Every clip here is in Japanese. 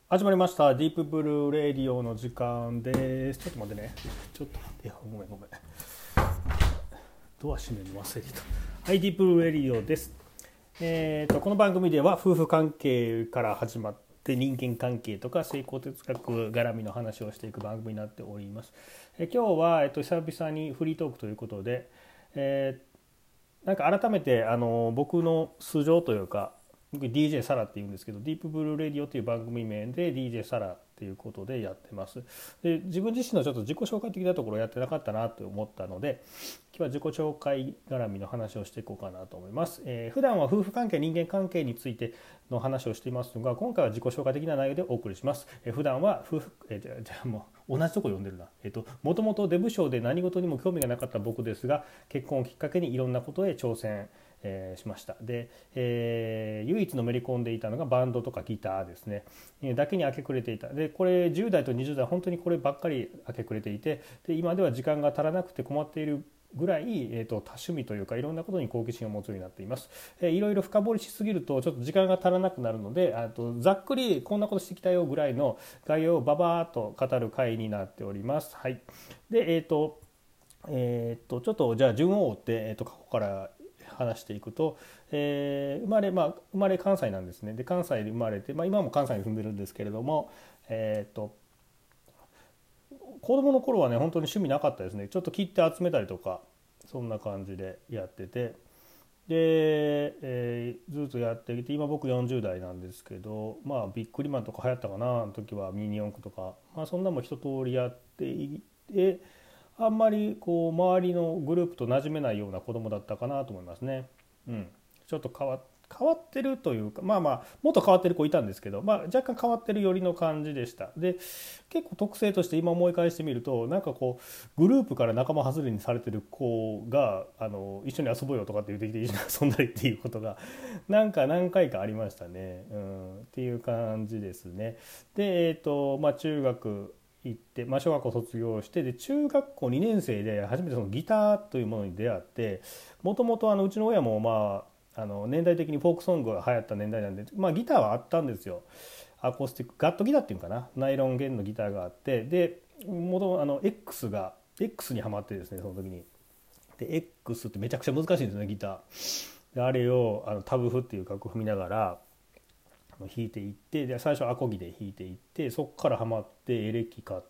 始まりましたディープブルーレディオの時間です。ちょっと待ってね。ちょっと待って。ごめん。ドア閉めるの忘れてた。はい、ディープブルーレディオです。この番組では夫婦関係から始まって人間関係とか成功哲学絡みの話をしていく番組になっております。今日は、久々にフリートークということで、なんか改めて僕の素性というか、僕 DJ サラっていうんですけど、ディープブルーレディオという番組名で DJ サラっていうことでやってます。で、自分自身のちょっと自己紹介的なところをやってなかったなと思ったので、今日は自己紹介絡みの話をしていこうかなと思います。普段は夫婦関係、人間関係についての話をしていますが、今回は自己紹介的な内容でお送りします。普段は夫婦、もう同じとこ読んでるな。もともとデブ症で何事にも興味がなかった僕ですが、結婚をきっかけにいろんなことへ挑戦しました。で、唯一のめり込んでいたのがバンドとかギターですね、だけに明け暮れていた。でこれ10代と20代本当にこればっかり明け暮れていて、で今では時間が足らなくて困っているぐらい、多趣味というかいろんなことに好奇心を持つようになっています。いろいろ深掘りしすぎるとちょっと時間が足らなくなるので、ざっくりこんなことしてきたよぐらいの概要をババーっと語る回になっております。はい。でちょっとじゃあ順を追って、過去から話していくと、生まれ関西なんですね。で関西で生まれて、今も関西に住んでるんですけれども、子供の頃はね本当に趣味なかったですね。ちょっと切って集めたりとかそんな感じでやってて、で、ずっとやってきて今僕40代なんですけど、ビックリマンとか流行ったかな、あの時はミニ四駆とか、そんなも一通りやっていて、あんまりこう周りのグループと馴染めないような子供だったかなと思いますね。うん、ちょっと変わってるというか、もっと変わってる子いたんですけど、若干変わってる寄りの感じでした。で結構特性として今思い返してみると、なんかこうグループから仲間外れにされてる子が一緒に遊ぼうよとかって言ってきて一緒に遊んだりっていうことがなんか何回かありましたね、っていう感じですね。で中学行って、小学校卒業して、で中学校2年生で初めてそのギターというものに出会って、もともとうちの親も年代的にフォークソングが流行った年代なんで、ギターはあったんですよ。アコースティックガットギターっていうかな、ナイロン弦のギターがあって、で元々X にはまってですね、その時に。で X ってめちゃくちゃ難しいんですよね、ギターで。あれをタブ譜っていう楽譜見ながら弾いていって、で最初アコギで弾いていって、そこからハマってエレキ買って、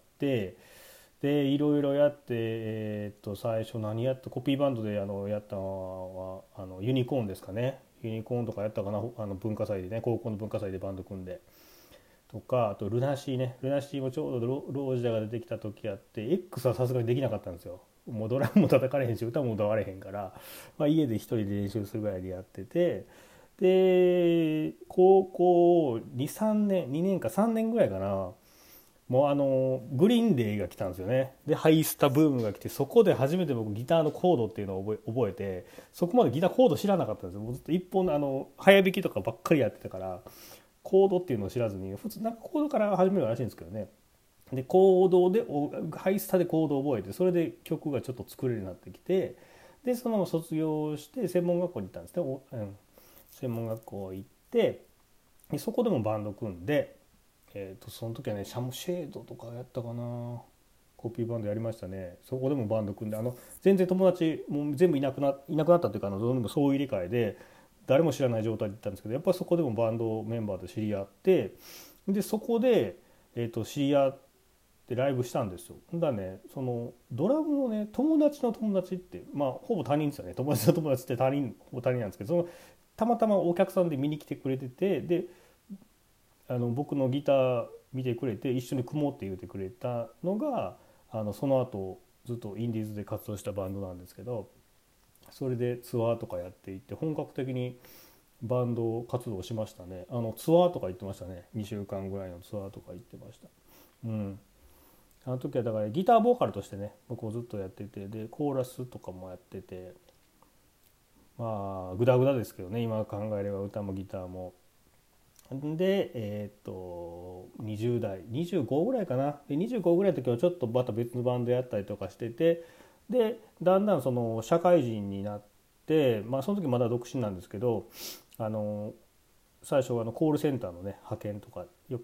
でいろいろやって、最初何やってコピーバンドでやったのはユニコーンですかね。ユニコーンとかやったかな、文化祭でね、高校の文化祭でバンド組んでとか、あとルナシーね、ルナシーもちょうどロージャが出てきた時あって、 X はさすがにできなかったんですよ。もうドラムも叩かれへんし歌も歌われへんから、家で一人で練習するぐらいでやってて、で高校23年2年か3年ぐらいかな、もうグリーンデーが来たんですよね。でハイスタブームが来て、そこで初めて僕ギターのコードっていうのを覚えて、そこまでギターコード知らなかったんですよ。もうずっと一本早弾きとかばっかりやってたから、コードっていうのを知らずに、普通なんかコードから始めるらしいんですけどね。でコードでハイスタでコードを覚えて、それで曲がちょっと作れるようになってきて、でそのまま卒業して専門学校に行ったんですね。専門学校行って、でそこでもバンド組んで、その時はねシャムシェードとかやったかな、コピーバンドやりましたね。そこでもバンド組んで、全然友達もう全部いなくなったというか、どんどん総入れ替えで誰も知らない状態で行ったんですけど、やっぱりそこでもバンドメンバーと知り合って、でそこで、知り合ってライブしたんですよ。だね、そのドラムのね友達の友達って、ほぼ他人ですよね。友達の友達ってほぼ他人なんですけど、たまたまお客さんで見に来てくれてて、で僕のギター見てくれて一緒に組もうって言ってくれたのが、その後ずっとインディーズで活動したバンドなんですけど、それでツアーとかやっていって本格的にバンド活動しましたね。ツアーとか行ってましたね。2週間ぐらいのツアーとか行ってました。うん。あの時はだからギターボーカルとしてね僕もずっとやってて、でコーラスとかもやってて、グダグダですけどね、今考えれば歌もギターも。で20代25ぐらいかな、で25ぐらいの時はちょっとまた別のバンドやったりとかしてて、でだんだんその社会人になって、その時まだ独身なんですけど、最初はコールセンターのね派遣とかよく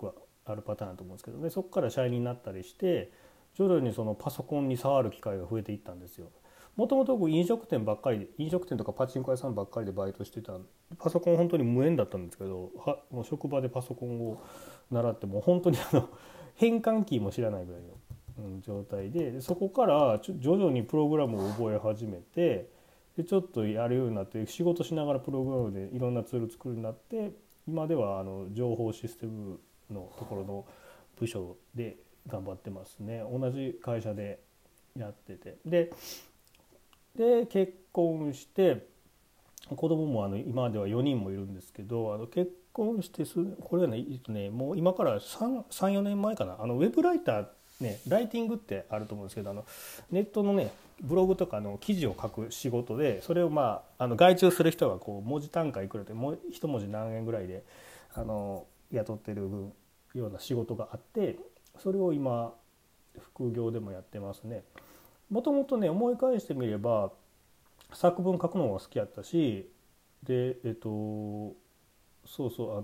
あるパターンだと思うんですけどね、そこから社員になったりして徐々にそのパソコンに触る機会が増えていったんですよ。もともと僕飲食店とかパチンコ屋さんばっかりでバイトしてた、パソコン本当に無縁だったんですけど、もう職場でパソコンを習って、もう本当に変換キーも知らないぐらいの、状態で、そこから徐々にプログラムを覚え始めて、でちょっとやるようになって、仕事しながらプログラムでいろんなツール作るようになって、今では情報システムのところの部署で頑張ってますね。同じ会社でやってて、で結婚して、子供も今では4人もいるんですけど、結婚してこれはね、もう今から34年前かな、ウェブライターね、ライティングってあると思うんですけど、ネットのねブログとかの記事を書く仕事で、それを外注する人がこう文字単価いくらでも一文字何円ぐらいで雇ってるような仕事があって、それを今副業でもやってますね。もともとね、思い返してみれば作文書くのが好きやったし、でそうそう、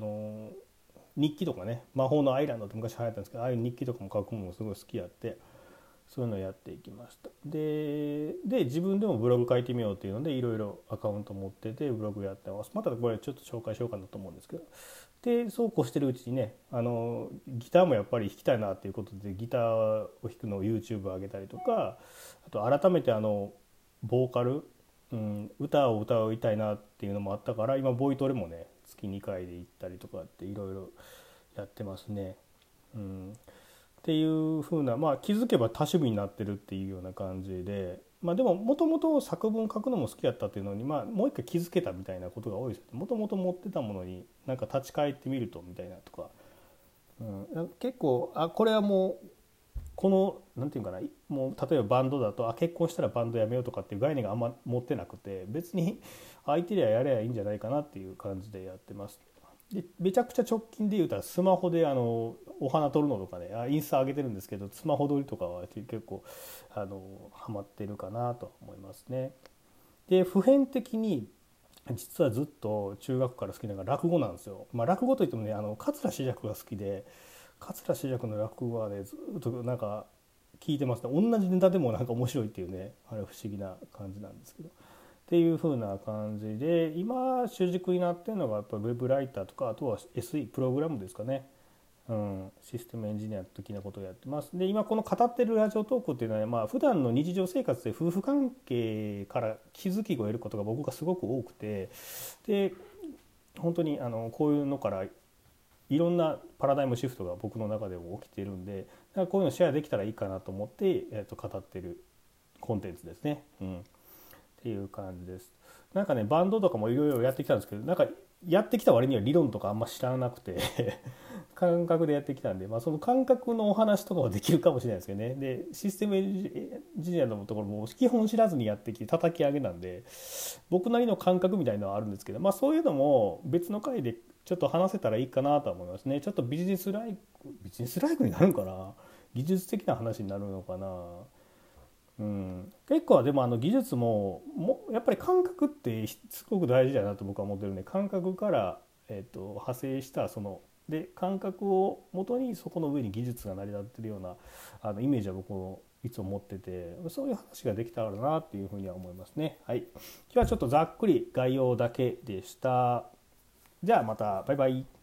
日記とかね、魔法のアイランドって昔流行ったんですけど、ああいう日記とかも書くのもすごい好きやって、そういうのをやっていきました。で自分でもブログ書いてみようっていうのでいろいろアカウント持っててブログやってます。またこれちょっと紹介しようかなと思うんですけど、でそうこうしてるうちにね、ギターもやっぱり弾きたいなっていうことでギターを弾くのを YouTube 上げたりとか、あと改めてボーカル、歌を歌いたいなっていうのもあったから、今ボイトレもね月2回で行ったりとかっていろいろやってますね。っていう風な、気づけば多趣味になってるっていうような感じで、でももともと作文書くのも好きやったっていうのに、もう一回気づけたみたいなことが多いです。もともと持ってたものになんか立ち返ってみるとみたいなとか、結構これはもうこのなんていうかな、もう例えばバンドだと結婚したらバンドやめようとかっていう概念があんま持ってなくて、別に相手でやればいいんじゃないかなっていう感じでやってます。でめちゃくちゃ直近で言うたらスマホでお花撮るのとかね、インスタ上げてるんですけど、スマホ撮りとかは結構ハマってるかなと思いますね。で普遍的に実はずっと中学から好きなのが落語なんですよ。落語といってもね、桂枝雀が好きで、桂枝雀の落語はねずっとなんか聞いてますね。同じネタでもなんか面白いっていうね、あれ不思議な感じなんですけど、っていう風な感じで今主軸になってるのがやっぱりウェブライターとか、あとは SE プログラムですかね、システムエンジニア的なことをやってます。で今この語ってるラジオトークっていうのは、普段の日常生活で夫婦関係から気づきを得ることが僕がすごく多くて、で本当にこういうのからいろんなパラダイムシフトが僕の中でも起きているんで、だからこういうのシェアできたらいいかなと思って、語ってるコンテンツですね。っていう感じです。なんかねバンドとかもいろいろやってきたんですけど、なんかやってきた割には理論とかあんま知らなくて感覚でやってきたんで、その感覚のお話とかはできるかもしれないですけどね。でシステムエンジニアのところも基本知らずにやってきて叩き上げなんで、僕なりの感覚みたいなのはあるんですけど、そういうのも別の回でちょっと話せたらいいかなと思いますね。ちょっとビジネスライクになるのかな、技術的な話になるのかな。結構でも技術もやっぱり感覚ってすごく大事だなと僕は思ってるんで、感覚から、派生したで感覚をもとにそこの上に技術が成り立ってるようなイメージは僕もいつも持ってて、そういう話ができたらなっていうふうには思いますね。はい、今日はちょっとざっくり概要だけでした。じゃあまたバイバイ。